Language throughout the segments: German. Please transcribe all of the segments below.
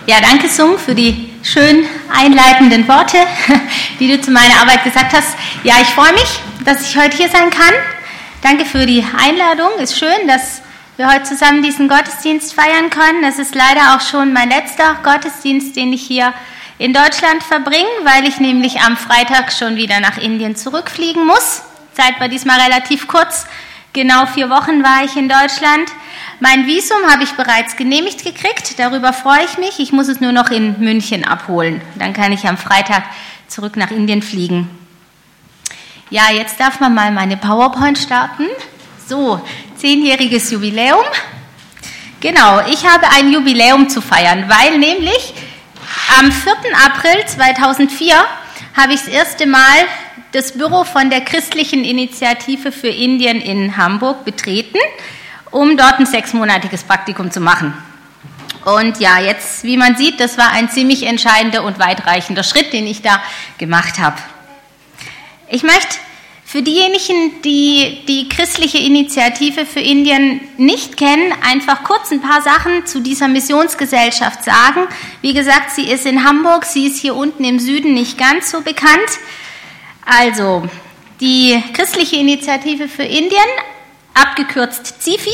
Ja, danke Sung für die schön einleitenden Worte, die du zu meiner Arbeit gesagt hast. Ja, ich freue mich, dass ich heute hier sein kann. Danke für die Einladung. Ist schön, dass wir heute zusammen diesen Gottesdienst feiern können. Das ist leider auch schon mein letzter Gottesdienst, den ich hier in Deutschland verbringe, weil ich nämlich am Freitag schon wieder nach Indien zurückfliegen muss. Zeit war diesmal relativ kurz. Genau 4 Wochen war ich in Deutschland. Mein Visum habe ich bereits genehmigt gekriegt, darüber freue ich mich. Ich muss es nur noch in München abholen. Dann kann ich am Freitag zurück nach Indien fliegen. Ja, jetzt darf man mal meine PowerPoint starten. So, 10-jähriges Jubiläum. Genau, ich habe ein Jubiläum zu feiern, weil nämlich am 4. April 2004 habe ich das erste Mal das Büro von der Christlichen Initiative für Indien in Hamburg betreten, um dort ein 6-monatiges Praktikum zu machen. Und ja, jetzt, wie man sieht, das war ein ziemlich entscheidender und weitreichender Schritt, den ich da gemacht habe. Ich möchte für diejenigen, die die Christliche Initiative für Indien nicht kennen, einfach kurz ein paar Sachen zu dieser Missionsgesellschaft sagen. Wie gesagt, sie ist in Hamburg, sie ist hier unten im Süden nicht ganz so bekannt. Also, die Christliche Initiative für Indien, abgekürzt CIFI,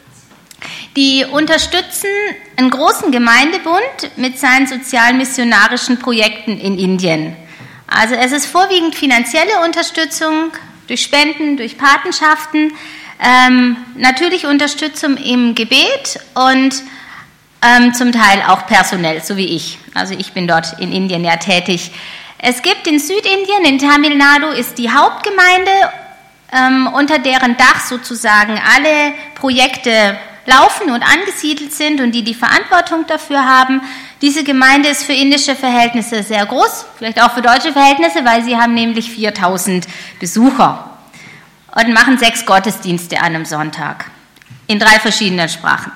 die unterstützen einen großen Gemeindebund mit seinen sozial-missionarischen Projekten in Indien. Also es ist vorwiegend finanzielle Unterstützung durch Spenden, durch Patenschaften, natürlich Unterstützung im Gebet und zum Teil auch personell, so wie ich. Also ich bin dort in Indien ja tätig. Es gibt in Südindien, in Tamil Nadu, ist die Hauptgemeinde, unter deren Dach sozusagen alle Projekte laufen und angesiedelt sind und die Verantwortung dafür haben. Diese Gemeinde ist für indische Verhältnisse sehr groß, vielleicht auch für deutsche Verhältnisse, weil sie haben nämlich 4000 Besucher und machen 6 Gottesdienste an einem Sonntag in 3 verschiedenen Sprachen.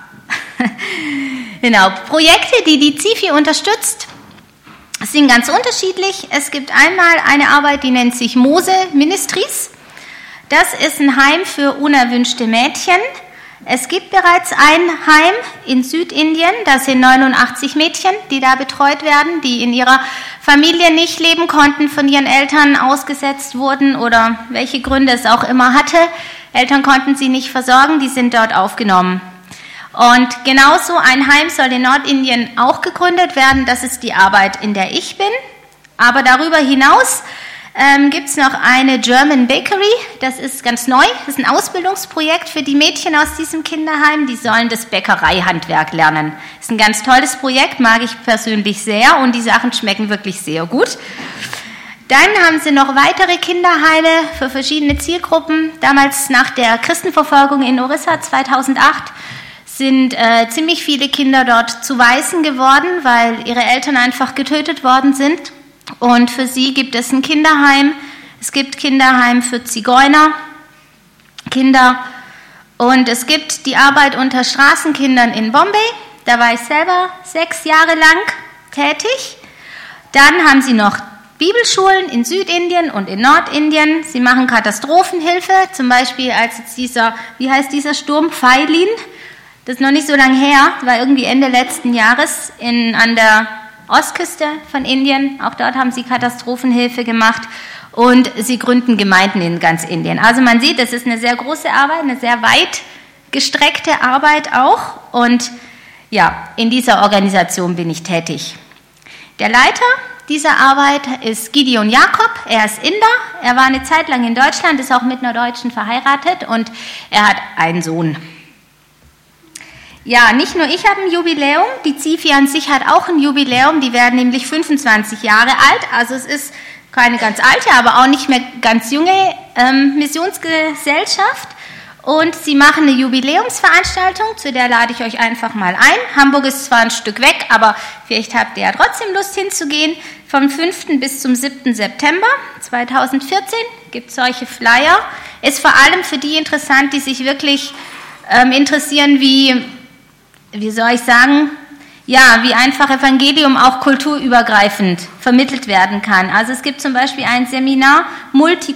Genau, Projekte, die CIFI unterstützt, sind ganz unterschiedlich. Es gibt einmal eine Arbeit, die nennt sich Mose Ministries. Das ist ein Heim für unerwünschte Mädchen. Es gibt bereits ein Heim in Südindien, das sind 89 Mädchen, die da betreut werden, die in ihrer Familie nicht leben konnten, von ihren Eltern ausgesetzt wurden oder welche Gründe es auch immer hatte. Eltern konnten sie nicht versorgen, die sind dort aufgenommen. Und genauso ein Heim soll in Nordindien auch gegründet werden. Das ist die Arbeit, in der ich bin. Aber darüber hinaus gibt es noch eine German Bakery. Das ist ganz neu. Das ist ein Ausbildungsprojekt für die Mädchen aus diesem Kinderheim. Die sollen das Bäckereihandwerk lernen. Das ist ein ganz tolles Projekt, mag ich persönlich sehr. Und die Sachen schmecken wirklich sehr gut. Dann haben sie noch weitere Kinderheime für verschiedene Zielgruppen. Damals nach der Christenverfolgung in Orissa 2008 sind ziemlich viele Kinder dort zu Waisen geworden, weil ihre Eltern einfach getötet worden sind. Und für sie gibt es ein Kinderheim. Es gibt Kinderheim für Zigeuner, Kinder. Und es gibt die Arbeit unter Straßenkindern in Bombay. Da war ich selber 6 Jahre lang tätig. Dann haben sie noch Bibelschulen in Südindien und in Nordindien. Sie machen Katastrophenhilfe, zum Beispiel als jetzt dieser Sturm Phailin. Das ist noch nicht so lange her, war irgendwie Ende letzten Jahres an der Ostküste von Indien. Auch dort haben sie Katastrophenhilfe gemacht und sie gründen Gemeinden in ganz Indien. Also man sieht, das ist eine sehr große Arbeit, eine sehr weit gestreckte Arbeit auch. Und ja, in dieser Organisation bin ich tätig. Der Leiter dieser Arbeit ist Gideon Jakob. Er ist Inder. Er war eine Zeit lang in Deutschland, ist auch mit einer Deutschen verheiratet und er hat einen Sohn. Ja, nicht nur ich habe ein Jubiläum, die CIFI an sich hat auch ein Jubiläum, die werden nämlich 25 Jahre alt, also es ist keine ganz alte, aber auch nicht mehr ganz junge Missionsgesellschaft und sie machen eine Jubiläumsveranstaltung, zu der lade ich euch einfach mal ein. Hamburg ist zwar ein Stück weg, aber vielleicht habt ihr ja trotzdem Lust hinzugehen. Vom 5. bis zum 7. September 2014 gibt es solche Flyer. Ist vor allem für die interessant, die sich wirklich interessieren, wie soll ich sagen, ja, wie einfach Evangelium auch kulturübergreifend vermittelt werden kann. Also es gibt zum Beispiel ein Seminar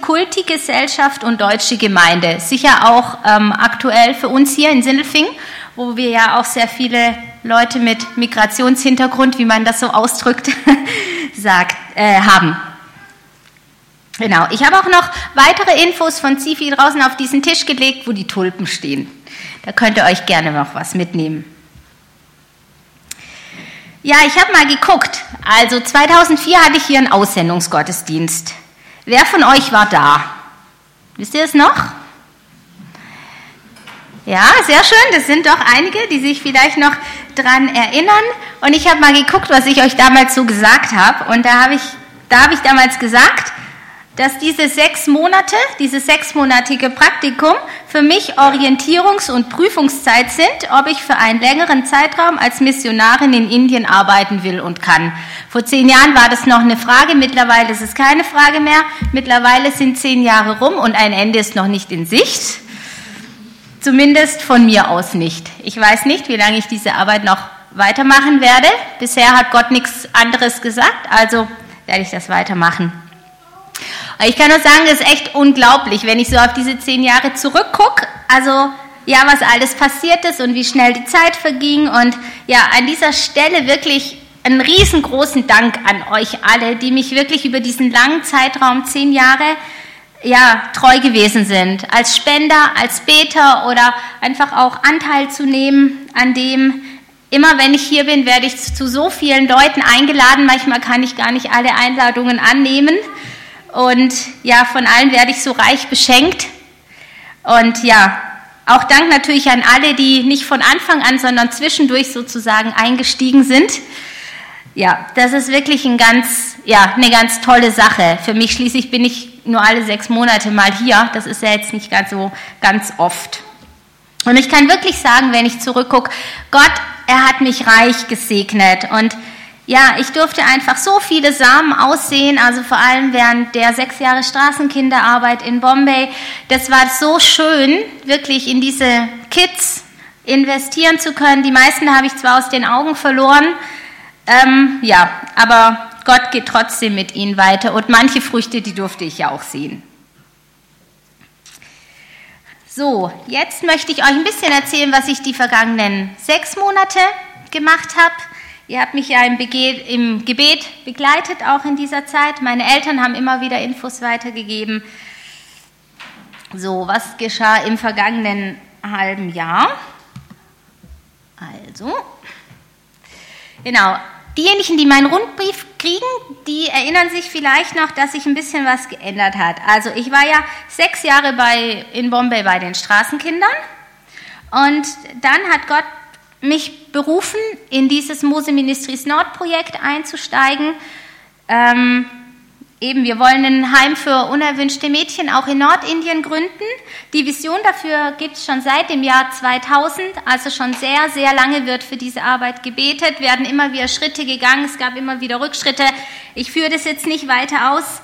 Multikulti-Gesellschaft und deutsche Gemeinde, sicher auch aktuell für uns hier in Sindelfingen, wo wir ja auch sehr viele Leute mit Migrationshintergrund, wie man das so ausdrückt, haben. Genau, ich habe auch noch weitere Infos von Zifi draußen auf diesen Tisch gelegt, wo die Tulpen stehen. Da könnt ihr euch gerne noch was mitnehmen. Ja, ich habe mal geguckt. Also 2004 hatte ich hier einen Aussendungsgottesdienst. Wer von euch war da? Wisst ihr es noch? Ja, sehr schön. Das sind doch einige, die sich vielleicht noch dran erinnern. Und ich habe mal geguckt, was ich euch damals so gesagt habe. Und da habe ich damals gesagt, dass diese 6 Monate, dieses 6-monatige Praktikum für mich Orientierungs- und Prüfungszeit sind, ob ich für einen längeren Zeitraum als Missionarin in Indien arbeiten will und kann. Vor 10 Jahren war das noch eine Frage, mittlerweile ist es keine Frage mehr. Mittlerweile sind 10 Jahre rum und ein Ende ist noch nicht in Sicht. Zumindest von mir aus nicht. Ich weiß nicht, wie lange ich diese Arbeit noch weitermachen werde. Bisher hat Gott nichts anderes gesagt, also werde ich das weitermachen. Ich kann nur sagen, es ist echt unglaublich, wenn ich so auf diese 10 Jahre zurückgucke, also ja, was alles passiert ist und wie schnell die Zeit verging und ja, an dieser Stelle wirklich einen riesengroßen Dank an euch alle, die mich wirklich über diesen langen Zeitraum, 10 Jahre, ja, treu gewesen sind, als Spender, als Beter oder einfach auch Anteil zu nehmen an dem. Immer wenn ich hier bin, werde ich zu so vielen Leuten eingeladen, manchmal kann ich gar nicht alle Einladungen annehmen. Und ja, von allen werde ich so reich beschenkt. Und ja, auch Dank natürlich an alle, die nicht von Anfang an, sondern zwischendurch sozusagen eingestiegen sind. Ja, das ist wirklich eine ganz tolle Sache. Für mich schließlich bin ich nur alle 6 Monate mal hier. Das ist ja jetzt nicht ganz oft. Und ich kann wirklich sagen, wenn ich zurückgucke, Gott, er hat mich reich gesegnet. Und ja, ich durfte einfach so viele Samen aussehen, also vor allem während der 6 Jahre Straßenkinderarbeit in Bombay. Das war so schön, wirklich in diese Kids investieren zu können. Die meisten habe ich zwar aus den Augen verloren, aber Gott geht trotzdem mit ihnen weiter. Und manche Früchte, die durfte ich ja auch sehen. So, jetzt möchte ich euch ein bisschen erzählen, was ich die vergangenen 6 Monate gemacht habe. Ihr habt mich ja im Gebet begleitet, auch in dieser Zeit. Meine Eltern haben immer wieder Infos weitergegeben. So, was geschah im vergangenen halben Jahr? Also, genau, diejenigen, die meinen Rundbrief kriegen, die erinnern sich vielleicht noch, dass sich ein bisschen was geändert hat. Also ich war ja 6 Jahre in Bombay bei den Straßenkindern und dann hat Gott mich berufen, in dieses Mose Ministries Nord-Projekt einzusteigen. Wir wollen ein Heim für unerwünschte Mädchen auch in Nordindien gründen. Die Vision dafür gibt es schon seit dem Jahr 2000, also schon sehr, sehr lange wird für diese Arbeit gebetet, werden immer wieder Schritte gegangen, es gab immer wieder Rückschritte. Ich führe das jetzt nicht weiter aus.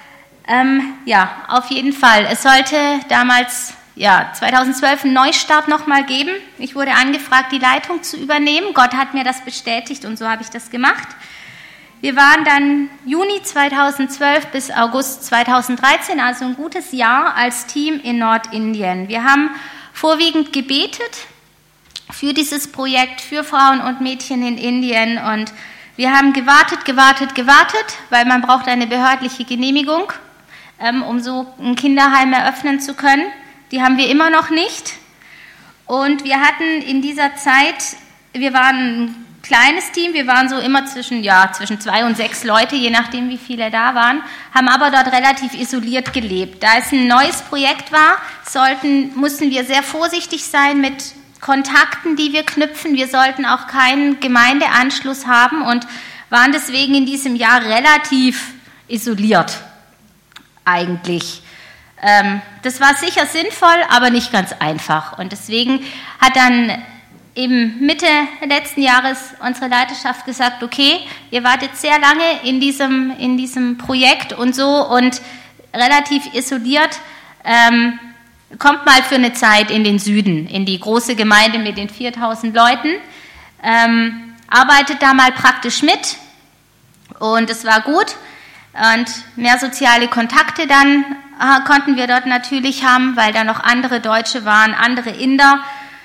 Auf jeden Fall. Es sollte damals 2012 einen Neustart nochmal geben. Ich wurde angefragt, die Leitung zu übernehmen. Gott hat mir das bestätigt und so habe ich das gemacht. Wir waren dann Juni 2012 bis August 2013, also ein gutes Jahr als Team in Nordindien. Wir haben vorwiegend gebetet für dieses Projekt, für Frauen und Mädchen in Indien und wir haben gewartet, weil man braucht eine behördliche Genehmigung, um so ein Kinderheim eröffnen zu können. Die haben wir immer noch nicht. Und wir hatten in dieser Zeit, wir waren ein kleines Team, wir waren so immer zwischen 2 und 6 Leute, je nachdem wie viele da waren, haben aber dort relativ isoliert gelebt. Da es ein neues Projekt war, mussten wir sehr vorsichtig sein mit Kontakten, die wir knüpfen. Wir sollten auch keinen Gemeindeanschluss haben und waren deswegen in diesem Jahr relativ isoliert eigentlich. Das war sicher sinnvoll, aber nicht ganz einfach. Und deswegen hat dann im Mitte letzten Jahres unsere Leiterschaft gesagt, okay, ihr wartet sehr lange in diesem Projekt und so und relativ isoliert, kommt mal für eine Zeit in den Süden, in die große Gemeinde mit den 4000 Leuten, arbeitet da mal praktisch mit und es war gut und mehr soziale Kontakte dann konnten wir dort natürlich haben, weil da noch andere Deutsche waren, andere Inder.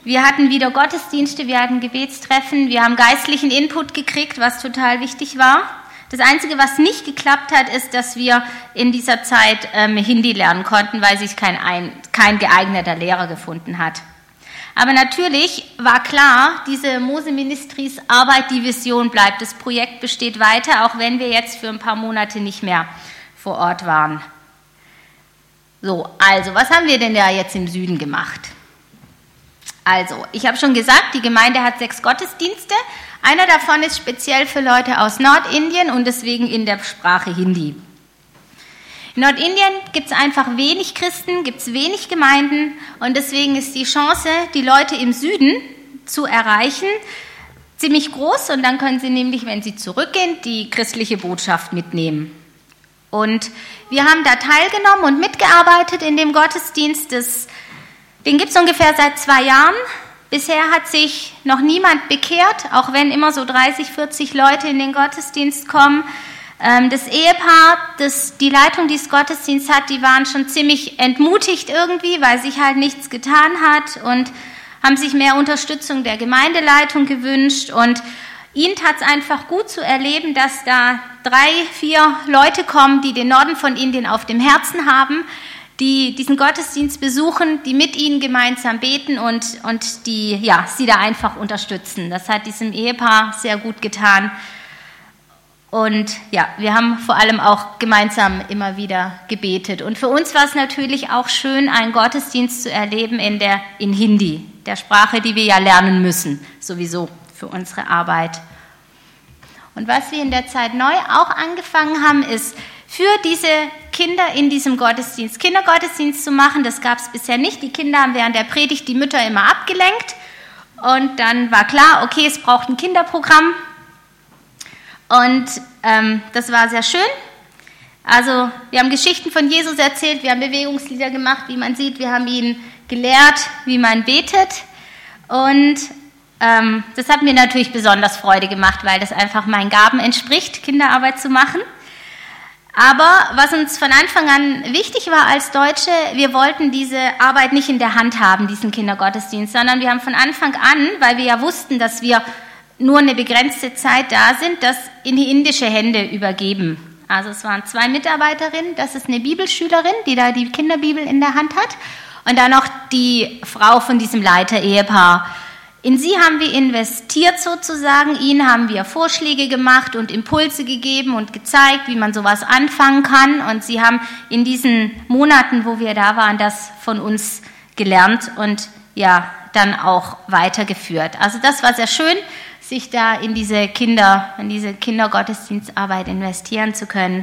Wir hatten wieder Gottesdienste, wir hatten Gebetstreffen, wir haben geistlichen Input gekriegt, was total wichtig war. Das Einzige, was nicht geklappt hat, ist, dass wir in dieser Zeit Hindi lernen konnten, weil sich kein geeigneter Lehrer gefunden hat. Aber natürlich war klar, diese Mose Ministries Arbeit, die Vision bleibt. Das Projekt besteht weiter, auch wenn wir jetzt für ein paar Monate nicht mehr vor Ort waren. So, also, was haben wir denn da jetzt im Süden gemacht? Also, ich habe schon gesagt, die Gemeinde hat 6 Gottesdienste. Einer davon ist speziell für Leute aus Nordindien und deswegen in der Sprache Hindi. In Nordindien gibt es einfach wenig Christen, gibt es wenig Gemeinden und deswegen ist die Chance, die Leute im Süden zu erreichen, ziemlich groß und dann können sie nämlich, wenn sie zurückgehen, die christliche Botschaft mitnehmen. Und wir haben da teilgenommen und mitgearbeitet in dem Gottesdienst. Den gibt es ungefähr seit 2 Jahren. Bisher hat sich noch niemand bekehrt, auch wenn immer so 30, 40 Leute in den Gottesdienst kommen. Das Ehepaar, die Leitung dieses Gottesdienstes hat, die waren schon ziemlich entmutigt irgendwie, weil sich halt nichts getan hat und haben sich mehr Unterstützung der Gemeindeleitung gewünscht. Und ihnen tat es einfach gut zu erleben, dass da 3, 4 Leute kommen, die den Norden von Indien auf dem Herzen haben, die diesen Gottesdienst besuchen, die mit ihnen gemeinsam beten und die sie da einfach unterstützen. Das hat diesem Ehepaar sehr gut getan. Und ja, wir haben vor allem auch gemeinsam immer wieder gebetet. Und für uns war es natürlich auch schön, einen Gottesdienst zu erleben in Hindi, der Sprache, die wir ja lernen müssen, sowieso für unsere Arbeit. Und was wir in der Zeit neu auch angefangen haben, ist, für diese Kinder in diesem Gottesdienst Kindergottesdienst zu machen. Das gab es bisher nicht. Die Kinder haben während der Predigt die Mütter immer abgelenkt. Und dann war klar, okay, es braucht ein Kinderprogramm. Und das war sehr schön. Also wir haben Geschichten von Jesus erzählt, wir haben Bewegungslieder gemacht, wie man sieht. Wir haben ihn gelehrt, wie man betet. Und das hat mir natürlich besonders Freude gemacht, weil das einfach meinen Gaben entspricht, Kinderarbeit zu machen. Aber was uns von Anfang an wichtig war als Deutsche, wir wollten diese Arbeit nicht in der Hand haben, diesen Kindergottesdienst, sondern wir haben von Anfang an, weil wir ja wussten, dass wir nur eine begrenzte Zeit da sind, das in die indische Hände übergeben. Also es waren 2 Mitarbeiterinnen, das ist eine Bibelschülerin, die da die Kinderbibel in der Hand hat und dann noch die Frau von diesem Leiter-Ehepaar. In sie haben wir investiert sozusagen, ihnen haben wir Vorschläge gemacht und Impulse gegeben und gezeigt, wie man sowas anfangen kann. Und sie haben in diesen Monaten, wo wir da waren, das von uns gelernt und ja, dann auch weitergeführt. Also das war sehr schön, sich da in diese Kindergottesdienstarbeit investieren zu können.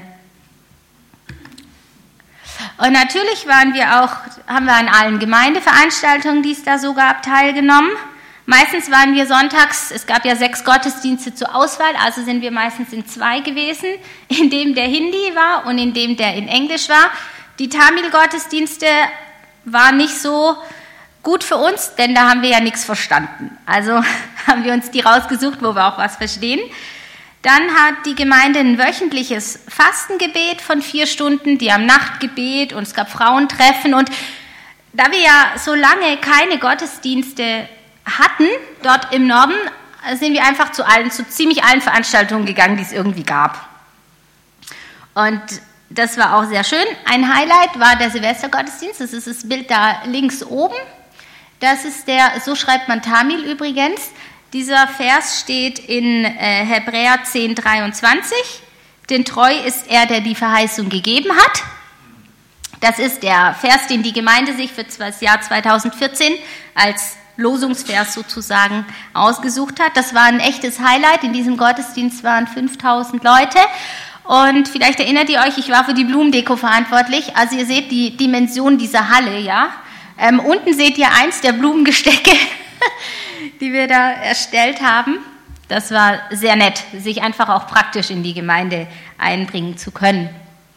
Und natürlich haben wir an allen Gemeindeveranstaltungen, die es da so gab, teilgenommen. Meistens waren wir sonntags, es gab ja 6 Gottesdienste zur Auswahl, also sind wir meistens in 2 gewesen, in dem der Hindi war und in dem der in Englisch war. Die Tamil-Gottesdienste waren nicht so gut für uns, denn da haben wir ja nichts verstanden. Also haben wir uns die rausgesucht, wo wir auch was verstehen. Dann hat die Gemeinde ein wöchentliches Fastengebet von 4 Stunden, die haben Nachtgebet und es gab Frauentreffen. Und da wir ja so lange keine Gottesdienste hatten, dort im Norden, sind wir einfach zu ziemlich allen Veranstaltungen gegangen, die es irgendwie gab. Und das war auch sehr schön. Ein Highlight war der Silvestergottesdienst, das ist das Bild da links oben. Das ist so schreibt man Tamil übrigens. Dieser Vers steht in Hebräer 10,23. Denn treu ist er, der die Verheißung gegeben hat. Das ist der Vers, den die Gemeinde sich für das Jahr 2014 als Losungsvers sozusagen ausgesucht hat. Das war ein echtes Highlight. In diesem Gottesdienst waren 5000 Leute. Und vielleicht erinnert ihr euch, ich war für die Blumendeko verantwortlich. Also ihr seht die Dimension dieser Halle, ja. Unten seht ihr eins der Blumengestecke, die wir da erstellt haben. Das war sehr nett, sich einfach auch praktisch in die Gemeinde einbringen zu können.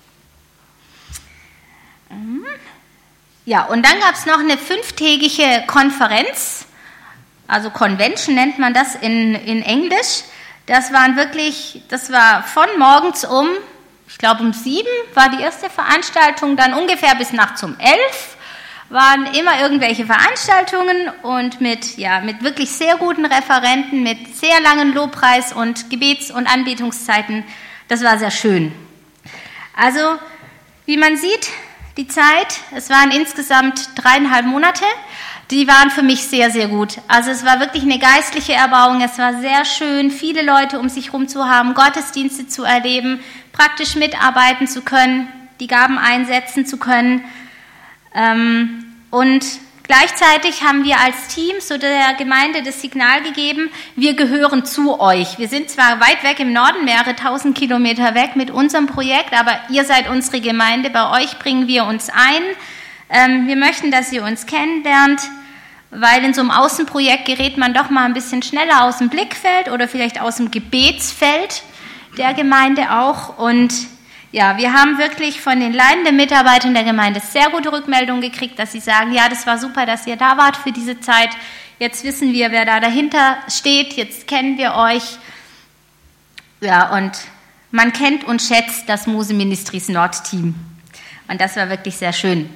Ja, und dann gab es noch eine 5-tägige Konferenz, also Convention nennt man das in Englisch. Das war von morgens ich glaube um 7 war die erste Veranstaltung, dann ungefähr bis nachts um 11. waren immer irgendwelche Veranstaltungen und mit wirklich sehr guten Referenten, mit sehr langen Lobpreis- und Gebets- und Anbetungszeiten. Das war sehr schön. Also, wie man sieht, die Zeit, es waren insgesamt 3,5 Monate, die waren für mich sehr, sehr gut. Also es war wirklich eine geistliche Erbauung, es war sehr schön, viele Leute um sich herum zu haben, Gottesdienste zu erleben, praktisch mitarbeiten zu können, die Gaben einsetzen zu können. Und gleichzeitig haben wir als Team so der Gemeinde das Signal gegeben, wir gehören zu euch. Wir sind zwar weit weg im Norden, mehrere 1000 Kilometer weg mit unserem Projekt, aber ihr seid unsere Gemeinde, bei euch bringen wir uns ein. Wir möchten, dass ihr uns kennenlernt, weil in so einem Außenprojekt gerät man doch mal ein bisschen schneller aus dem Blickfeld oder vielleicht aus dem Gebetsfeld der Gemeinde auch. Und ja, wir haben wirklich von den leitenden Mitarbeitern der Gemeinde sehr gute Rückmeldungen gekriegt, dass sie sagen, ja, das war super, dass ihr da wart für diese Zeit. Jetzt wissen wir, wer da dahinter steht, jetzt kennen wir euch. Ja, und man kennt und schätzt das Mose Ministries Nord-Team. Und das war wirklich sehr schön.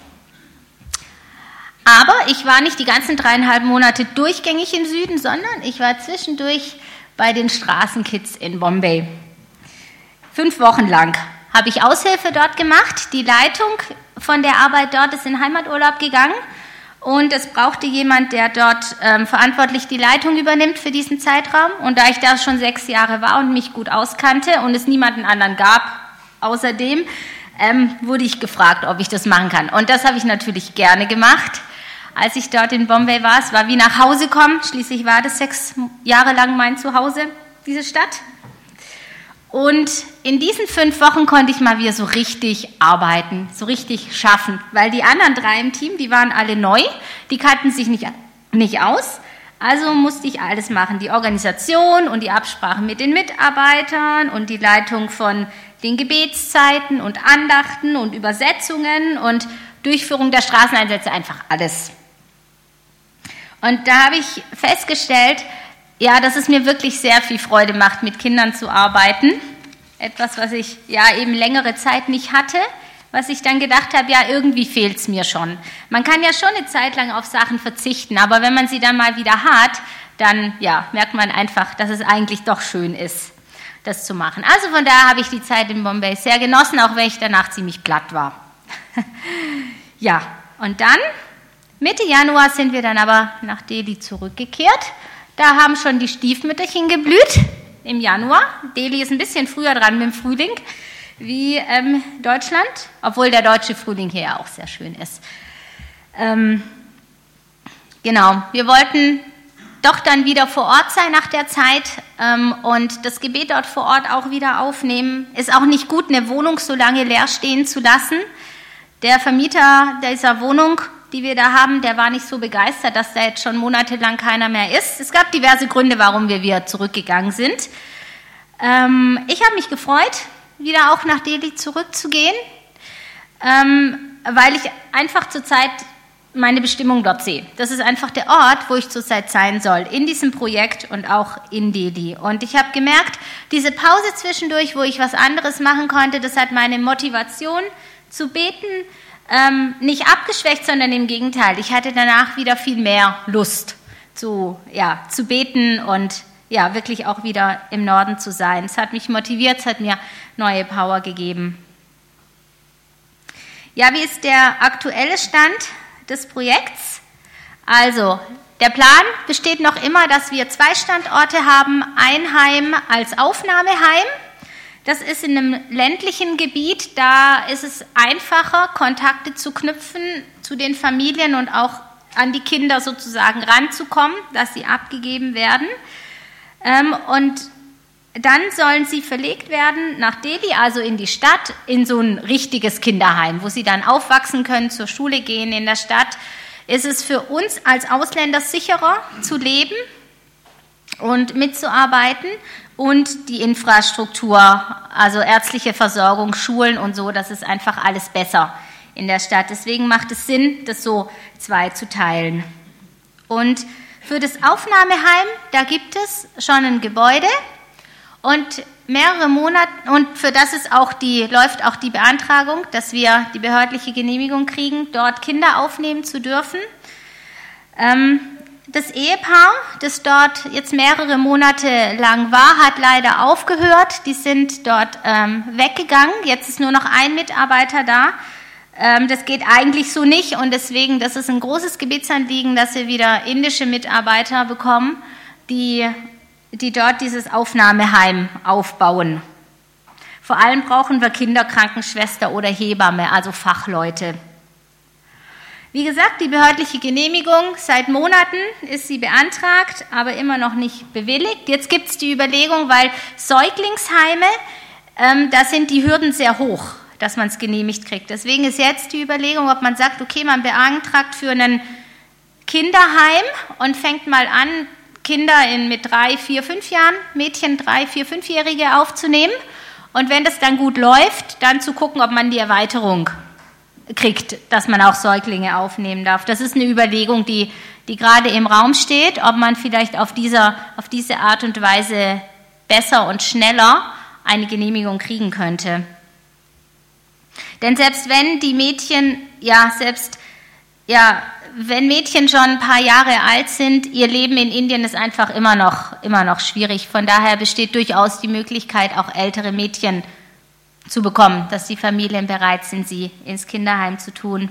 Aber ich war nicht die ganzen 3,5 Monate durchgängig im Süden, sondern ich war zwischendurch bei den Straßenkids in Bombay. 5 Wochen lang habe ich Aushilfe dort gemacht. Die Leitung von der Arbeit dort ist in Heimaturlaub gegangen und es brauchte jemand, der dort verantwortlich die Leitung übernimmt für diesen Zeitraum. Und da ich da schon 6 Jahre war und mich gut auskannte und es niemanden anderen gab, außerdem wurde ich gefragt, ob ich das machen kann. Und das habe ich natürlich gerne gemacht. Als ich dort in Bombay war, es war wie nach Hause kommen. Schließlich war das 6 Jahre lang mein Zuhause, diese Stadt. Und in diesen 5 Wochen konnte ich mal wieder so richtig arbeiten, so richtig schaffen. Weil die anderen 3 im Team, die waren alle neu, die kannten sich nicht aus. Also musste ich alles machen, die Organisation und die Absprache mit den Mitarbeitern und die Leitung von den Gebetszeiten und Andachten und Übersetzungen und Durchführung der Straßeneinsätze, einfach alles. Und da habe ich festgestellt, ja, dass es mir wirklich sehr viel Freude macht, mit Kindern zu arbeiten. Etwas, was ich ja eben längere Zeit nicht hatte, was ich dann gedacht habe, ja, irgendwie fehlt es mir schon. Man kann ja schon eine Zeit lang auf Sachen verzichten, aber wenn man sie dann mal wieder hat, dann ja, merkt man einfach, dass es eigentlich doch schön ist, das zu machen. Also von daher habe ich die Zeit in Bombay sehr genossen, auch wenn ich danach ziemlich platt war. Ja, und dann, Mitte Januar sind wir dann aber nach Delhi zurückgekehrt. Da haben schon die Stiefmütterchen geblüht im Januar. Delhi ist ein bisschen früher dran mit dem Frühling wie Deutschland, obwohl der deutsche Frühling hier ja auch sehr schön ist. Genau, wir wollten doch dann wieder vor Ort sein nach der Zeit und das Gebet dort vor Ort auch wieder aufnehmen. Ist auch nicht gut, eine Wohnung so lange leer stehen zu lassen. Der Vermieter dieser Wohnung, die wir da haben, der war nicht so begeistert, dass da jetzt schon monatelang keiner mehr ist. Es gab diverse Gründe, warum wir wieder zurückgegangen sind. Ich habe mich gefreut, wieder auch nach Delhi zurückzugehen, weil ich einfach zurzeit meine Bestimmung dort sehe. Das ist einfach der Ort, wo ich zurzeit sein soll, in diesem Projekt und auch in Delhi. Und ich habe gemerkt, diese Pause zwischendurch, wo ich was anderes machen konnte, das hat meine Motivation zu beten nicht abgeschwächt, sondern im Gegenteil. Ich hatte danach wieder viel mehr Lust zu beten und ja, wirklich auch wieder im Norden zu sein. Es hat mich motiviert, es hat mir neue Power gegeben. Ja, wie ist der aktuelle Stand des Projekts? Also, der Plan besteht noch immer, dass wir 2 Standorte haben, ein Heim als Aufnahmeheim. Das ist in einem ländlichen Gebiet, da ist es einfacher, Kontakte zu knüpfen zu den Familien und auch an die Kinder sozusagen ranzukommen, dass sie abgegeben werden. Und dann sollen sie verlegt werden nach Delhi, also in die Stadt, in so ein richtiges Kinderheim, wo sie dann aufwachsen können, zur Schule gehen in der Stadt. Ist es für uns als Ausländer sicherer zu leben und mitzuarbeiten und die Infrastruktur, also ärztliche Versorgung, Schulen und so, das ist einfach alles besser in der Stadt. Deswegen macht es Sinn, das so 2 zu teilen. Und für das Aufnahmeheim, da gibt es schon ein Gebäude Und mehrere Monate, und für das läuft auch die Beantragung, dass wir die behördliche Genehmigung kriegen, dort Kinder aufnehmen zu dürfen. Das Ehepaar, das dort jetzt mehrere Monate lang war, hat leider aufgehört. Die sind dort weggegangen. Jetzt ist nur noch ein Mitarbeiter da. Das geht eigentlich so nicht und deswegen, das ist ein großes Gebetsanliegen, dass wir wieder indische Mitarbeiter bekommen, die dort dieses Aufnahmeheim aufbauen. Vor allem brauchen wir Kinderkrankenschwester oder Hebamme, also Fachleute. Wie gesagt, die behördliche Genehmigung, seit Monaten ist sie beantragt, aber immer noch nicht bewilligt. Jetzt gibt es die Überlegung, weil Säuglingsheime, da sind die Hürden sehr hoch, dass man es genehmigt kriegt. Deswegen ist jetzt die Überlegung, ob man sagt, okay, man beantragt für ein Kinderheim und fängt mal an, Kinder mit 3, 4, 5 Jahren, Mädchen 3, 4, 5-Jährige aufzunehmen. Und wenn das dann gut läuft, dann zu gucken, ob man die Erweiterung kriegt, dass man auch Säuglinge aufnehmen darf. Das ist eine Überlegung, die gerade im Raum steht, ob man vielleicht auf diese Art und Weise besser und schneller eine Genehmigung kriegen könnte. Denn selbst wenn die Mädchen, wenn Mädchen schon ein paar Jahre alt sind, ihr Leben in Indien ist einfach immer noch schwierig. Von daher besteht durchaus die Möglichkeit, auch ältere Mädchen zu bekommen, dass die Familien bereit sind, sie ins Kinderheim zu tun.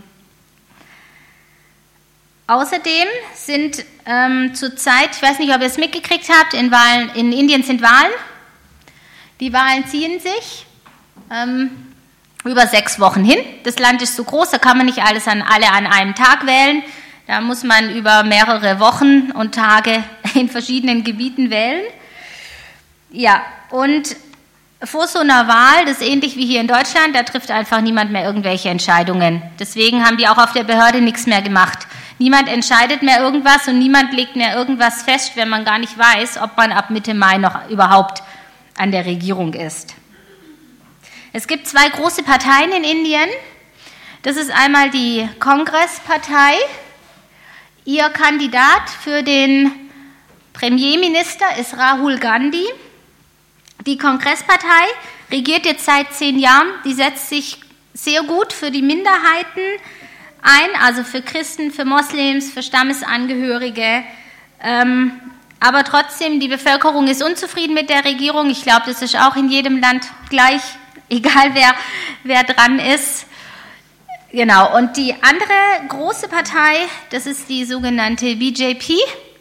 Außerdem sind zurzeit, ich weiß nicht, ob ihr es mitgekriegt habt, in Indien sind Wahlen. Die Wahlen ziehen sich über 6 Wochen hin. Das Land ist so groß, da kann man nicht alle an einem Tag wählen. Da muss man über mehrere Wochen und Tage in verschiedenen Gebieten wählen. Ja, und vor so einer Wahl, das ist ähnlich wie hier in Deutschland, da trifft einfach niemand mehr irgendwelche Entscheidungen. Deswegen haben die auch auf der Behörde nichts mehr gemacht. Niemand entscheidet mehr irgendwas und niemand legt mehr irgendwas fest, wenn man gar nicht weiß, ob man ab Mitte Mai noch überhaupt an der Regierung ist. Es gibt 2 große Parteien in Indien. Das ist einmal die Kongresspartei. Ihr Kandidat für den Premierminister ist Rahul Gandhi. Die Kongresspartei regiert jetzt seit 10 Jahren. Die setzt sich sehr gut für die Minderheiten ein, also für Christen, für Moslems, für Stammesangehörige. Aber trotzdem, die Bevölkerung ist unzufrieden mit der Regierung. Ich glaube, das ist auch in jedem Land gleich, egal wer dran ist. Genau, und die andere große Partei, das ist die sogenannte BJP.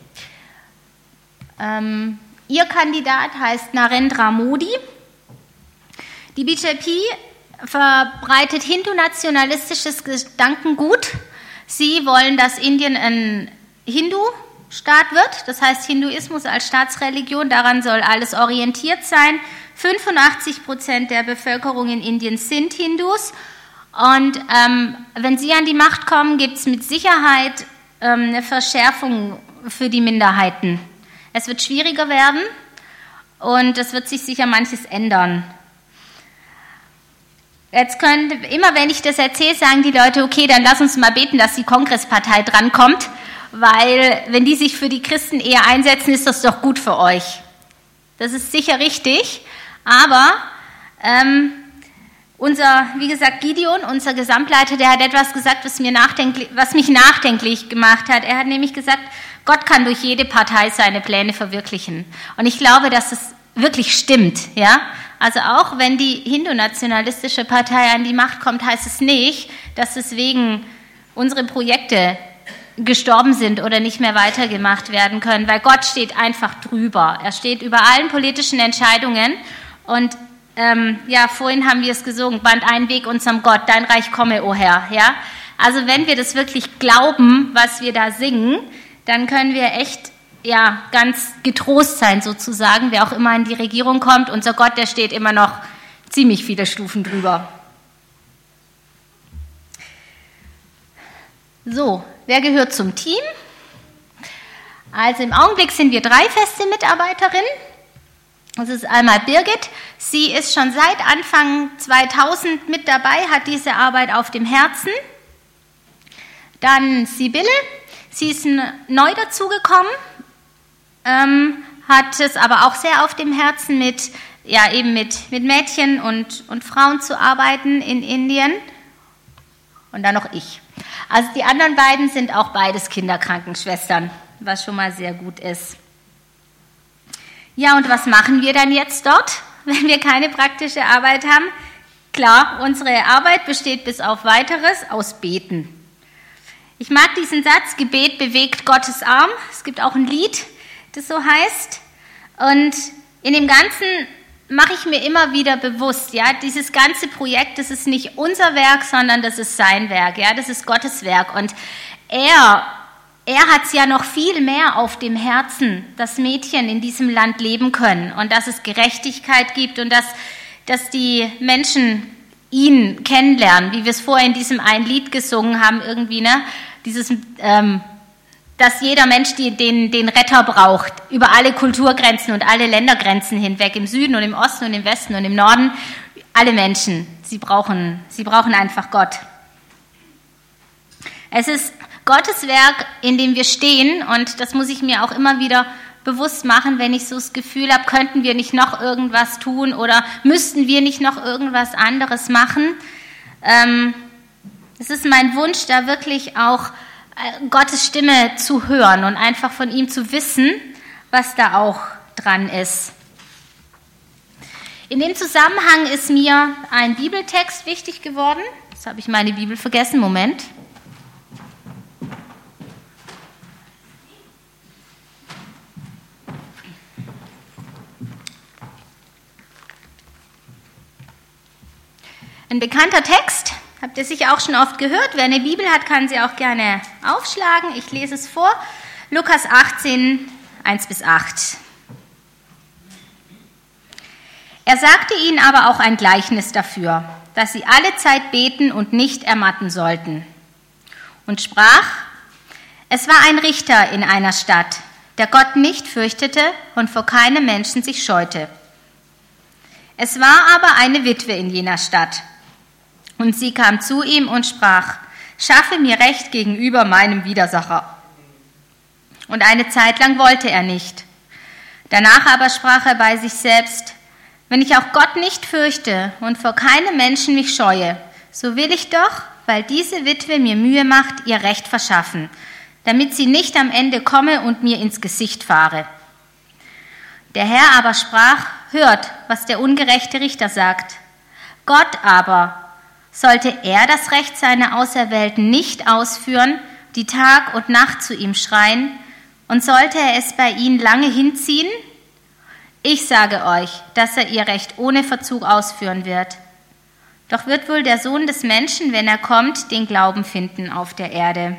Ihr Kandidat heißt Narendra Modi. Die BJP verbreitet hindu-nationalistisches Gedankengut. Sie wollen, dass Indien ein Hindu-Staat wird, das heißt Hinduismus als Staatsreligion, daran soll alles orientiert sein. 85% der Bevölkerung in Indien sind Hindus. Und wenn sie an die Macht kommen, gibt es mit Sicherheit eine Verschärfung für die Minderheiten. Es wird schwieriger werden und es wird sich sicher manches ändern. Immer wenn ich das erzähle, sagen die Leute, okay, dann lass uns mal beten, dass die Kongresspartei drankommt, weil wenn die sich für die Christen eher einsetzen, ist das doch gut für euch. Das ist sicher richtig, aber wie gesagt, Gideon, unser Gesamtleiter, der hat etwas gesagt, was mich nachdenklich gemacht hat. Er hat nämlich gesagt, Gott kann durch jede Partei seine Pläne verwirklichen. Und ich glaube, dass es wirklich stimmt. Ja? Also auch wenn die hindu-nationalistische Partei an die Macht kommt, heißt es nicht, dass deswegen unsere Projekte gestorben sind oder nicht mehr weitergemacht werden können, weil Gott steht einfach drüber. Er steht über allen politischen Entscheidungen und vorhin haben wir es gesungen, band einen Weg unserem Gott, dein Reich komme, o Herr. Ja? Also wenn wir das wirklich glauben, was wir da singen, dann können wir echt ganz getrost sein sozusagen, wer auch immer in die Regierung kommt. Unser Gott, der steht immer noch ziemlich viele Stufen drüber. So, wer gehört zum Team? Also im Augenblick sind wir 3 feste Mitarbeiterinnen. Das ist einmal Birgit. Sie ist schon seit Anfang 2000 mit dabei, hat diese Arbeit auf dem Herzen. Dann Sibylle. Sie ist neu dazugekommen, hat es aber auch sehr auf dem Herzen, mit Mädchen und Frauen zu arbeiten in Indien. Und dann noch ich. Also die anderen beiden sind auch beides Kinderkrankenschwestern, was schon mal sehr gut ist. Ja, und was machen wir dann jetzt dort, wenn wir keine praktische Arbeit haben? Klar, unsere Arbeit besteht bis auf Weiteres aus Beten. Ich mag diesen Satz, Gebet bewegt Gottes Arm. Es gibt auch ein Lied, das so heißt. Und in dem Ganzen mache ich mir immer wieder bewusst, ja, dieses ganze Projekt, das ist nicht unser Werk, sondern das ist sein Werk, ja, das ist Gottes Werk. Und er hat es ja noch viel mehr auf dem Herzen, dass Mädchen in diesem Land leben können und dass es Gerechtigkeit gibt und dass die Menschen ihn kennenlernen, wie wir es vorher in diesem einen Lied gesungen haben, irgendwie, ne, dass jeder Mensch den Retter braucht, über alle Kulturgrenzen und alle Ländergrenzen hinweg, im Süden und im Osten und im Westen und im Norden, alle Menschen, sie brauchen einfach Gott. Es ist Gottes Werk, in dem wir stehen, und das muss ich mir auch immer wieder bewusst machen, wenn ich so das Gefühl habe, könnten wir nicht noch irgendwas tun oder müssten wir nicht noch irgendwas anderes machen. Es ist mein Wunsch, da wirklich auch Gottes Stimme zu hören und einfach von ihm zu wissen, was da auch dran ist. In dem Zusammenhang ist mir ein Bibeltext wichtig geworden. Jetzt habe ich meine Bibel vergessen. Moment. Ein bekannter Text, habt ihr sicher auch schon oft gehört. Wer eine Bibel hat, kann sie auch gerne aufschlagen. Ich lese es vor. Lukas 18, 1-8. Er sagte ihnen aber auch ein Gleichnis dafür, dass sie alle Zeit beten und nicht ermatten sollten. Und sprach, es war ein Richter in einer Stadt, der Gott nicht fürchtete und vor keinem Menschen sich scheute. Es war aber eine Witwe in jener Stadt. Und sie kam zu ihm und sprach, schaffe mir Recht gegenüber meinem Widersacher. Und eine Zeit lang wollte er nicht. Danach aber sprach er bei sich selbst, wenn ich auch Gott nicht fürchte und vor keinem Menschen mich scheue, so will ich doch, weil diese Witwe mir Mühe macht, ihr Recht verschaffen, damit sie nicht am Ende komme und mir ins Gesicht fahre. Der Herr aber sprach, hört, was der ungerechte Richter sagt. Gott aber, sollte er das Recht seiner Auserwählten nicht ausführen, die Tag und Nacht zu ihm schreien, und sollte er es bei ihnen lange hinziehen? Ich sage euch, dass er ihr Recht ohne Verzug ausführen wird. Doch wird wohl der Sohn des Menschen, wenn er kommt, den Glauben finden auf der Erde.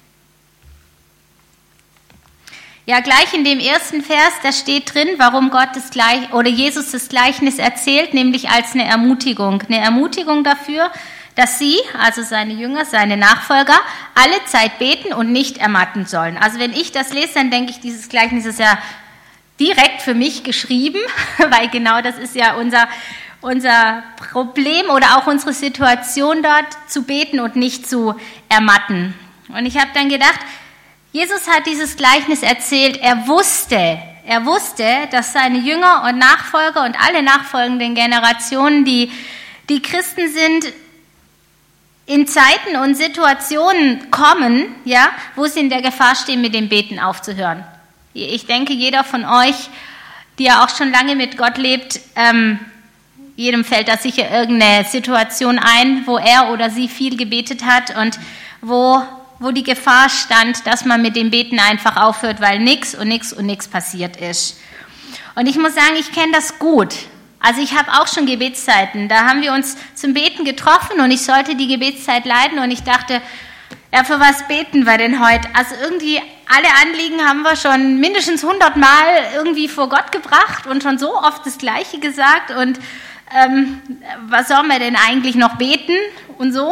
Ja, gleich in dem ersten Vers, da steht drin, warum Jesus das Gleichnis erzählt, nämlich als eine Ermutigung. Eine Ermutigung dafür, dass sie, also seine Jünger, seine Nachfolger, alle Zeit beten und nicht ermatten sollen. Also wenn ich das lese, dann denke ich, dieses Gleichnis ist ja direkt für mich geschrieben, weil genau das ist ja unser Problem oder auch unsere Situation dort, zu beten und nicht zu ermatten. Und ich habe dann gedacht, Jesus hat dieses Gleichnis erzählt, er wusste, dass seine Jünger und Nachfolger und alle nachfolgenden Generationen, die Christen sind, in Zeiten und Situationen kommen, ja, wo sie in der Gefahr stehen, mit dem Beten aufzuhören. Ich denke, jeder von euch, die ja auch schon lange mit Gott lebt, jedem fällt da sicher irgendeine Situation ein, wo er oder sie viel gebetet hat und wo die Gefahr stand, dass man mit dem Beten einfach aufhört, weil nichts passiert ist. Und ich muss sagen, ich kenne das gut. Also ich habe auch schon Gebetszeiten, da haben wir uns zum Beten getroffen und ich sollte die Gebetszeit leiten und ich dachte, ja, für was beten wir denn heute? Also irgendwie alle Anliegen haben wir schon mindestens 100 Mal irgendwie vor Gott gebracht und schon so oft das Gleiche gesagt und was sollen wir denn eigentlich noch beten und so?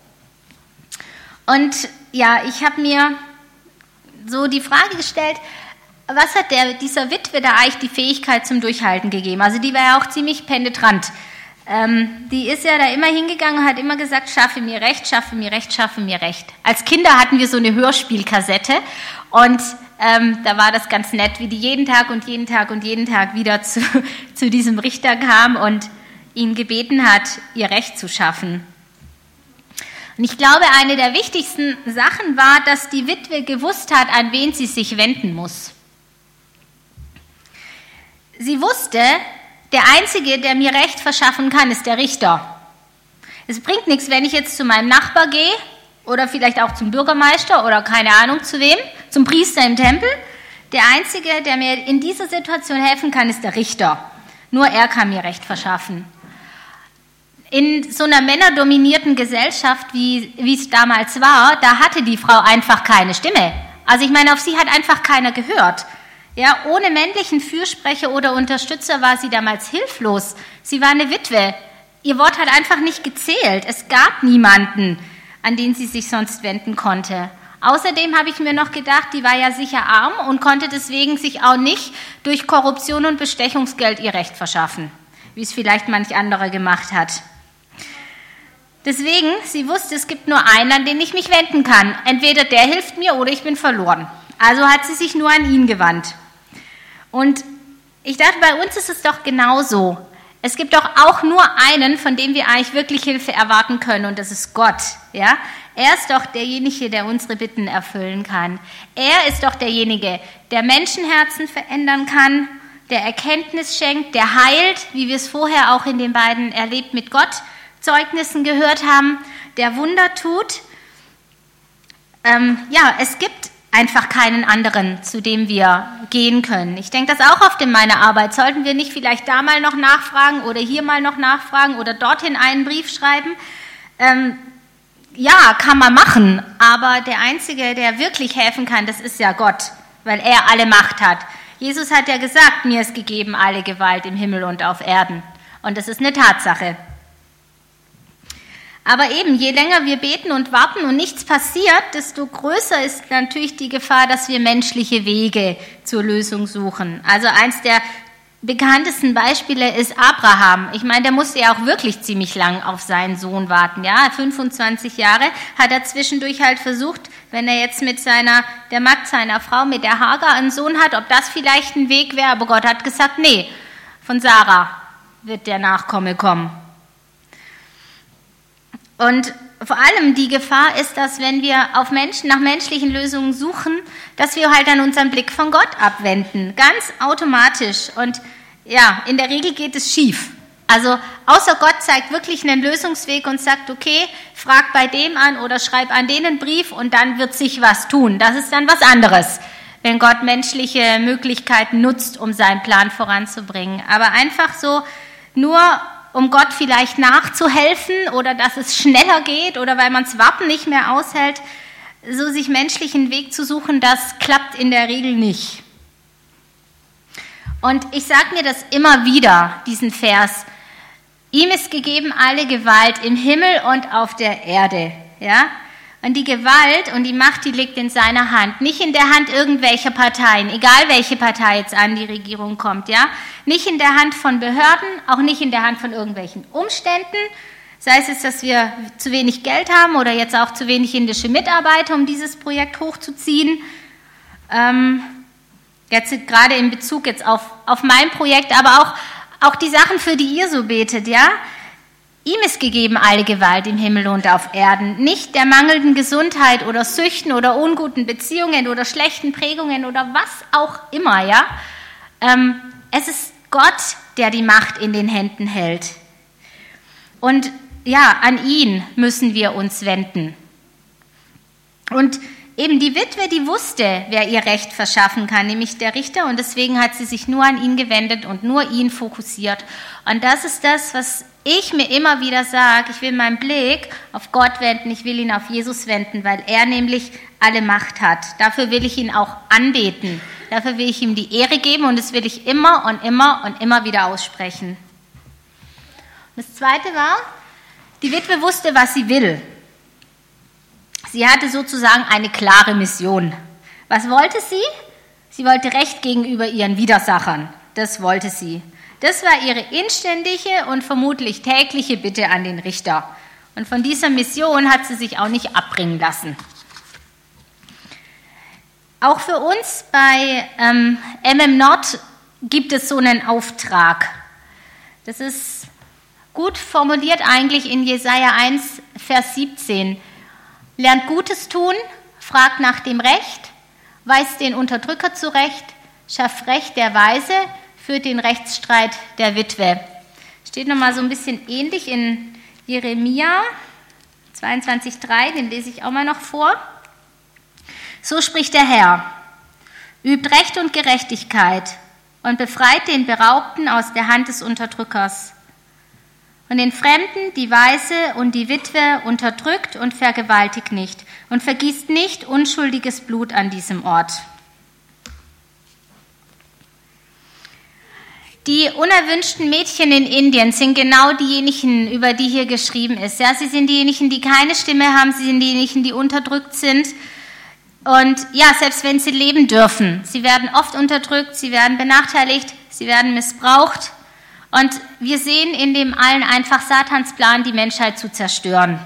Und ja, ich habe mir so die Frage gestellt, was hat dieser Witwe da eigentlich die Fähigkeit zum Durchhalten gegeben? Also die war ja auch ziemlich penetrant. Die ist ja da immer hingegangen und hat immer gesagt, schaffe mir Recht, schaffe mir Recht, schaffe mir Recht. Als Kinder hatten wir so eine Hörspielkassette und da war das ganz nett, wie die jeden Tag wieder zu diesem Richter kam und ihn gebeten hat, ihr Recht zu schaffen. Und ich glaube, eine der wichtigsten Sachen war, dass die Witwe gewusst hat, an wen sie sich wenden muss. Sie wusste, der Einzige, der mir Recht verschaffen kann, ist der Richter. Es bringt nichts, wenn ich jetzt zu meinem Nachbar gehe oder vielleicht auch zum Bürgermeister oder keine Ahnung zu wem, zum Priester im Tempel. Der Einzige, der mir in dieser Situation helfen kann, ist der Richter. Nur er kann mir Recht verschaffen. In so einer männerdominierten Gesellschaft, wie es damals war, da hatte die Frau einfach keine Stimme. Also ich meine, auf sie hat einfach keiner gehört. Ja, ohne männlichen Fürsprecher oder Unterstützer war sie damals hilflos. Sie war eine Witwe. Ihr Wort hat einfach nicht gezählt. Es gab niemanden, an den sie sich sonst wenden konnte. Außerdem habe ich mir noch gedacht, die war ja sicher arm und konnte deswegen sich auch nicht durch Korruption und Bestechungsgeld ihr Recht verschaffen, wie es vielleicht manch anderer gemacht hat. Deswegen, sie wusste, es gibt nur einen, an den ich mich wenden kann. Entweder der hilft mir oder ich bin verloren. Also hat sie sich nur an ihn gewandt. Und ich dachte, bei uns ist es doch genauso. Es gibt doch auch nur einen, von dem wir eigentlich wirklich Hilfe erwarten können, und das ist Gott. Ja? Er ist doch derjenige, der unsere Bitten erfüllen kann. Er ist doch derjenige, der Menschenherzen verändern kann, der Erkenntnis schenkt, der heilt, wie wir es vorher auch in den beiden Erlebt mit Gott Zeugnissen gehört haben, der Wunder tut. Es gibt einfach keinen anderen, zu dem wir gehen können. Ich denke das auch oft in meiner Arbeit. Sollten wir nicht vielleicht da mal noch nachfragen oder hier mal noch nachfragen oder dorthin einen Brief schreiben? Kann man machen, aber der Einzige, der wirklich helfen kann, das ist ja Gott, weil er alle Macht hat. Jesus hat ja gesagt, mir ist gegeben alle Gewalt im Himmel und auf Erden. Und das ist eine Tatsache. Aber eben, je länger wir beten und warten und nichts passiert, desto größer ist natürlich die Gefahr, dass wir menschliche Wege zur Lösung suchen. Also eins der bekanntesten Beispiele ist Abraham. Ich meine, der musste ja auch wirklich ziemlich lang auf seinen Sohn warten. Ja, 25 Jahre hat er zwischendurch halt versucht, wenn er jetzt mit der Magd seiner Frau, mit der Hagar, einen Sohn hat, ob das vielleicht ein Weg wäre. Aber Gott hat gesagt, nee, von Sarah wird der Nachkomme kommen. Und vor allem die Gefahr ist, dass wenn wir nach menschlichen Lösungen suchen, dass wir halt dann unseren Blick von Gott abwenden, ganz automatisch. Und ja, in der Regel geht es schief. Also außer Gott zeigt wirklich einen Lösungsweg und sagt, okay, frag bei dem an oder schreib an den einen Brief und dann wird sich was tun. Das ist dann was anderes, wenn Gott menschliche Möglichkeiten nutzt, um seinen Plan voranzubringen. Aber einfach so nur um Gott vielleicht nachzuhelfen oder dass es schneller geht oder weil man das Warten nicht mehr aushält, so sich menschlichen Weg zu suchen, das klappt in der Regel nicht. Und ich sage mir das immer wieder, diesen Vers, ihm ist gegeben alle Gewalt im Himmel und auf der Erde. Ja? Und die Gewalt und die Macht, die liegt in seiner Hand, nicht in der Hand irgendwelcher Parteien, egal welche Partei jetzt an die Regierung kommt, ja, nicht in der Hand von Behörden, auch nicht in der Hand von irgendwelchen Umständen, sei es jetzt, dass wir zu wenig Geld haben oder jetzt auch zu wenig indische Mitarbeiter, um dieses Projekt hochzuziehen. Jetzt gerade in Bezug jetzt auf mein Projekt, aber auch die Sachen, für die ihr so betet, ja. Ihm ist gegeben alle Gewalt im Himmel und auf Erden, nicht der mangelnden Gesundheit oder Süchten oder unguten Beziehungen oder schlechten Prägungen oder was auch immer, ja. Es ist Gott, der die Macht in den Händen hält. Und ja, an ihn müssen wir uns wenden. Und eben die Witwe, die wusste, wer ihr Recht verschaffen kann, nämlich der Richter, und deswegen hat sie sich nur an ihn gewendet und nur ihn fokussiert. Und das ist das, was ich mir immer wieder sage, ich will meinen Blick auf Gott wenden, ich will ihn auf Jesus wenden, weil er nämlich alle Macht hat. Dafür will ich ihn auch anbeten, dafür will ich ihm die Ehre geben und das will ich immer und immer und immer wieder aussprechen. Und das Zweite war, die Witwe wusste, was sie will. Sie hatte sozusagen eine klare Mission. Was wollte sie? Sie wollte Recht gegenüber ihren Widersachern. Das wollte sie. Das war ihre inständige und vermutlich tägliche Bitte an den Richter. Und von dieser Mission hat sie sich auch nicht abbringen lassen. auch für uns bei Nord gibt es so einen Auftrag. Das ist gut formuliert eigentlich in Jesaja 1, Vers 17. Lernt Gutes tun, fragt nach dem Recht, weist den Unterdrücker zurecht, schafft Recht der Weise, führt den Rechtsstreit der Witwe. Steht nochmal so ein bisschen ähnlich in Jeremia 22,3, den lese ich auch mal noch vor. So spricht der Herr: Übt Recht und Gerechtigkeit und befreit den Beraubten aus der Hand des Unterdrückers. Und den Fremden, die Waise und die Witwe unterdrückt und vergewaltigt nicht und vergießt nicht unschuldiges Blut an diesem Ort. Die unerwünschten Mädchen in Indien sind genau diejenigen, über die hier geschrieben ist. Ja, sie sind diejenigen, die keine Stimme haben, sie sind diejenigen, die unterdrückt sind. Und ja, selbst wenn sie leben dürfen, sie werden oft unterdrückt, sie werden benachteiligt, sie werden missbraucht. Und wir sehen in dem allen einfach Satans Plan, die Menschheit zu zerstören.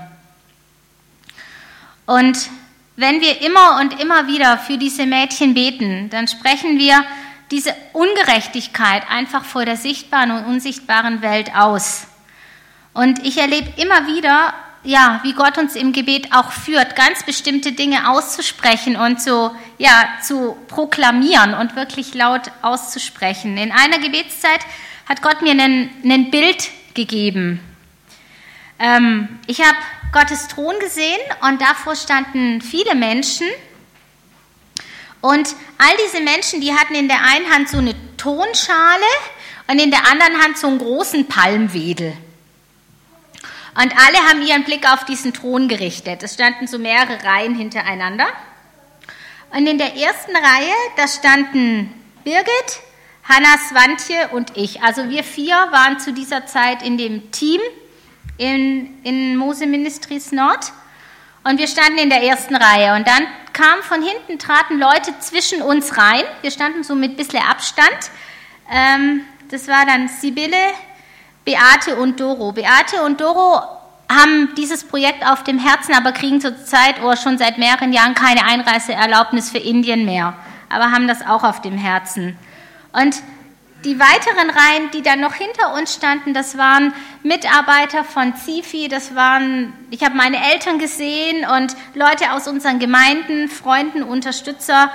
Und wenn wir immer und immer wieder für diese Mädchen beten, dann sprechen wir diese Ungerechtigkeit einfach vor der sichtbaren und unsichtbaren Welt aus. Und ich erlebe immer wieder, ja, wie Gott uns im Gebet auch führt, ganz bestimmte Dinge auszusprechen und so, ja, zu proklamieren und wirklich laut auszusprechen. In einer Gebetszeit hat Gott mir ein Bild gegeben. Ich habe Gottes Thron gesehen und davor standen viele Menschen. Und all diese Menschen, die hatten in der einen Hand so eine Tonschale und in der anderen Hand so einen großen Palmwedel. Und alle haben ihren Blick auf diesen Thron gerichtet. Es standen so mehrere Reihen hintereinander. Und in der ersten Reihe, da standen Birgit, Hanna, Swantje und ich. Also wir 4 waren zu dieser Zeit in dem Team in Mose Ministries Nord. Und wir standen in der ersten Reihe. Und dann von hinten traten Leute zwischen uns rein. Wir standen so mit ein bisschen Abstand. Das war dann Sibylle, Beate und Doro. Beate und Doro haben dieses Projekt auf dem Herzen, aber kriegen zurzeit oder schon seit mehreren Jahren keine Einreiseerlaubnis für Indien mehr. Aber haben das auch auf dem Herzen. Und die weiteren Reihen, die dann noch hinter uns standen, das waren Mitarbeiter von CIFI, ich habe meine Eltern gesehen und Leute aus unseren Gemeinden, Freunden, Unterstützer.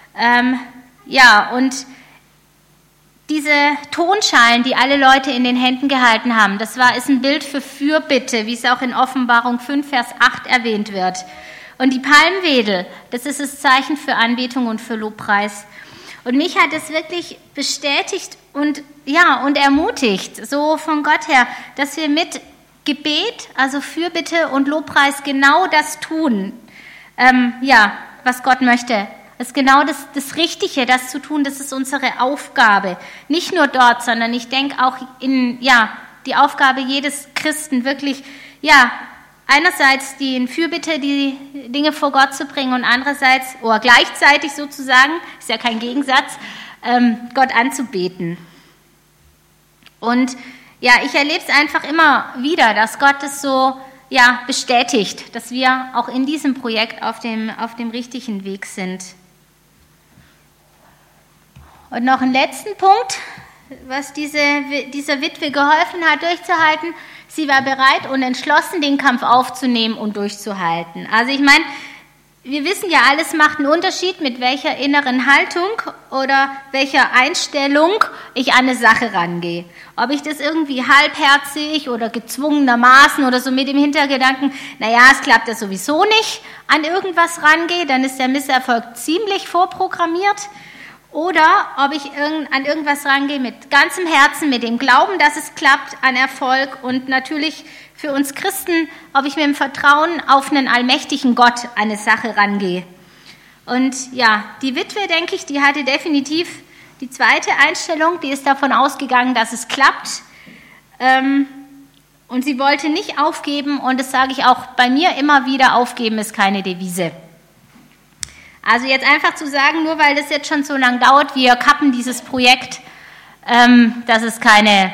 Und diese Tonschalen, die alle Leute in den Händen gehalten haben, ist ein Bild für Fürbitte, wie es auch in Offenbarung 5, Vers 8 erwähnt wird. Und die Palmwedel, das ist das Zeichen für Anbetung und für Lobpreis. Und mich hat es wirklich bestätigt und ermutigt, so von Gott her, dass wir mit Gebet, also Fürbitte und Lobpreis genau das tun, was Gott möchte. Das ist genau das Richtige, das zu tun, das ist unsere Aufgabe. Nicht nur dort, sondern ich denke auch die Aufgabe jedes Christen wirklich, einerseits die Fürbitte, die Dinge vor Gott zu bringen und andererseits, oder gleichzeitig sozusagen, ist ja kein Gegensatz, Gott anzubeten. Und ich erlebe es einfach immer wieder, dass Gott es so bestätigt, dass wir auch in diesem Projekt auf dem richtigen Weg sind. Und noch einen letzten Punkt, was dieser Witwe geholfen hat, durchzuhalten. Sie war bereit und entschlossen, den Kampf aufzunehmen und durchzuhalten. Also ich meine, wir wissen ja, alles macht einen Unterschied, mit welcher inneren Haltung oder welcher Einstellung ich an eine Sache rangehe. Ob ich das irgendwie halbherzig oder gezwungenermaßen oder so mit dem Hintergedanken, es klappt ja sowieso nicht, an irgendwas rangehe, dann ist der Misserfolg ziemlich vorprogrammiert. Oder ob ich an irgendwas rangehe mit ganzem Herzen, mit dem Glauben, dass es klappt, an Erfolg und natürlich für uns Christen, ob ich mit dem Vertrauen auf einen allmächtigen Gott an eine Sache rangehe. Und die Witwe, denke ich, die hatte definitiv die zweite Einstellung, die ist davon ausgegangen, dass es klappt. Und sie wollte nicht aufgeben und das sage ich auch bei mir immer wieder, aufgeben ist keine Devise. Also jetzt einfach zu sagen, nur weil das jetzt schon so lange dauert, wir kappen dieses Projekt, das ist keine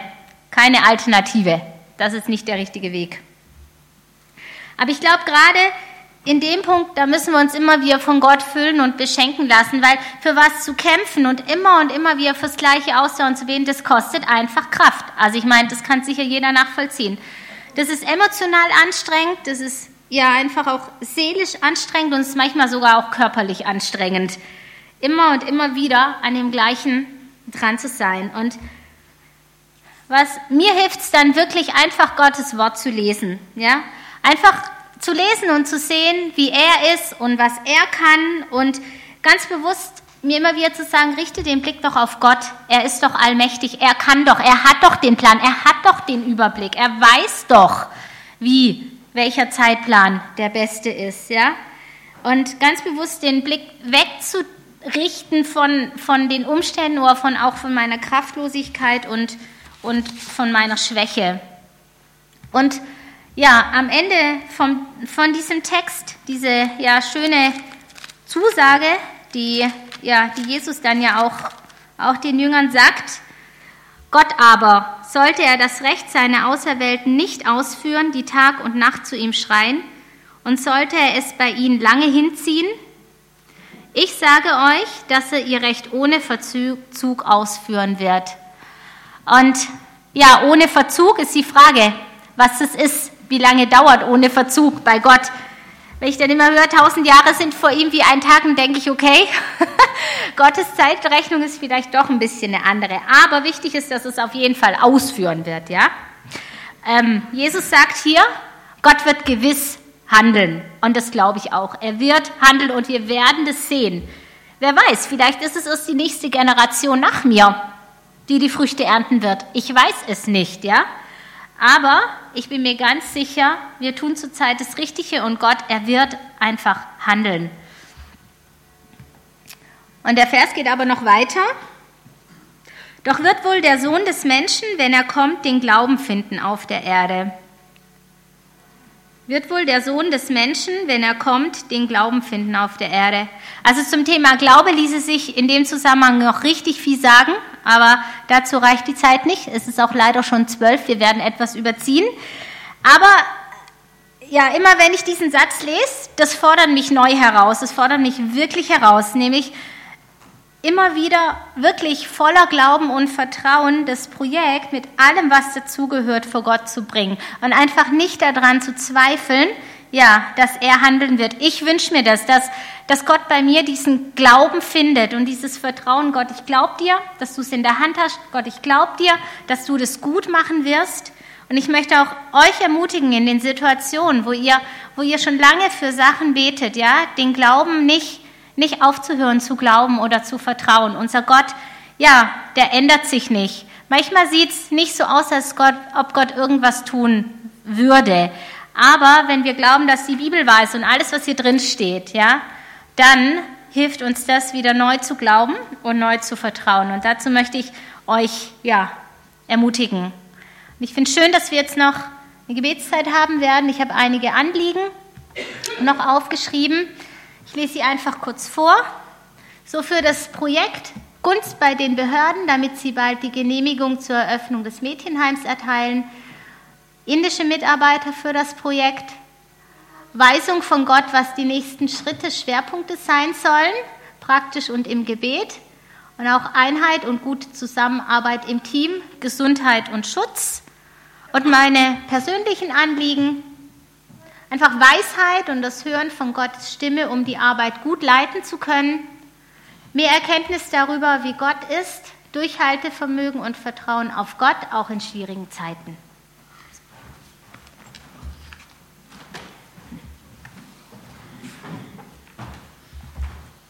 Alternative. Das ist nicht der richtige Weg. Aber ich glaube gerade in dem Punkt, da müssen wir uns immer wieder von Gott füllen und beschenken lassen, weil für was zu kämpfen und immer wieder fürs Gleiche ausdauern zu beten, das kostet einfach Kraft. Also ich meine, das kann sicher jeder nachvollziehen. Das ist emotional anstrengend, das ist ja einfach auch seelisch anstrengend und es ist manchmal sogar auch körperlich anstrengend, immer und immer wieder an dem Gleichen dran zu sein. Und was mir hilft es dann wirklich einfach, Gottes Wort zu lesen, ja, einfach zu lesen und zu sehen, wie er ist und was er kann und ganz bewusst mir immer wieder zu sagen, richte den Blick doch auf Gott, er ist doch allmächtig, er kann doch, er hat doch den Plan, er hat doch den Überblick, er weiß doch, welcher Zeitplan der beste ist, ja, und ganz bewusst den Blick wegzurichten von den Umständen oder auch von meiner Kraftlosigkeit und von meiner Schwäche. Und ja, am Ende von diesem Text, diese ja schöne Zusage, die Jesus dann ja auch den Jüngern sagt, Gott aber, sollte er das Recht seiner Auserwählten nicht ausführen, die Tag und Nacht zu ihm schreien, und sollte er es bei ihnen lange hinziehen, ich sage euch, dass er ihr Recht ohne Verzug ausführen wird. Und ja, ohne Verzug ist die Frage, was es ist. Wie lange dauert ohne Verzug bei Gott? Wenn ich dann immer höre, 1000 Jahre sind vor ihm wie ein Tag, dann denke ich, okay, Gottes Zeitrechnung ist vielleicht doch ein bisschen eine andere. Aber wichtig ist, dass es auf jeden Fall ausführen wird. Ja? Jesus sagt hier, Gott wird gewiss handeln. Und das glaube ich auch. Er wird handeln und wir werden das sehen. Wer weiß, vielleicht ist es erst die nächste Generation nach mir, die Früchte ernten wird. Ich weiß es nicht, ja. Aber ich bin mir ganz sicher, wir tun zurzeit das Richtige und Gott, er wird einfach handeln. Und der Vers geht aber noch weiter. Doch wird wohl der Sohn des Menschen, wenn er kommt, den Glauben finden auf der Erde. Wird wohl der Sohn des Menschen, wenn er kommt, den Glauben finden auf der Erde. Also zum Thema Glaube ließe sich in dem Zusammenhang noch richtig viel sagen, aber dazu reicht die Zeit nicht. Es ist auch leider schon 12, wir werden etwas überziehen. Aber ja, immer wenn ich diesen Satz lese, das fordert mich neu heraus, das fordert mich wirklich heraus, nämlich immer wieder wirklich voller Glauben und Vertrauen das Projekt mit allem, was dazugehört, vor Gott zu bringen und einfach nicht daran zu zweifeln, ja, dass er handeln wird. Ich wünsche mir dass Gott bei mir diesen Glauben findet und dieses Vertrauen, Gott, ich glaube dir, dass du es in der Hand hast, Gott, ich glaube dir, dass du das gut machen wirst. Und ich möchte auch euch ermutigen in den Situationen, wo ihr schon lange für Sachen betet, ja, den Glauben nicht aufzuhören zu glauben oder zu vertrauen. Unser Gott, ja, der ändert sich nicht. Manchmal sieht es nicht so aus, ob Gott irgendwas tun würde. Aber wenn wir glauben, dass die Bibel wahr ist und alles, was hier drin steht, ja, dann hilft uns das, wieder neu zu glauben und neu zu vertrauen. Und dazu möchte ich euch, ja, ermutigen. Und ich finde es schön, dass wir jetzt noch eine Gebetszeit haben werden. Ich habe einige Anliegen noch aufgeschrieben. Ich lese sie einfach kurz vor. So für das Projekt Gunst bei den Behörden, damit sie bald die Genehmigung zur Eröffnung des Mädchenheims erteilen. Indische Mitarbeiter für das Projekt. Weisung von Gott, was die nächsten Schritte, Schwerpunkte sein sollen, praktisch und im Gebet. Und auch Einheit und gute Zusammenarbeit im Team, Gesundheit und Schutz. Und meine persönlichen Anliegen, einfach Weisheit und das Hören von Gottes Stimme, um die Arbeit gut leiten zu können. Mehr Erkenntnis darüber, wie Gott ist, Durchhaltevermögen und Vertrauen auf Gott, auch in schwierigen Zeiten.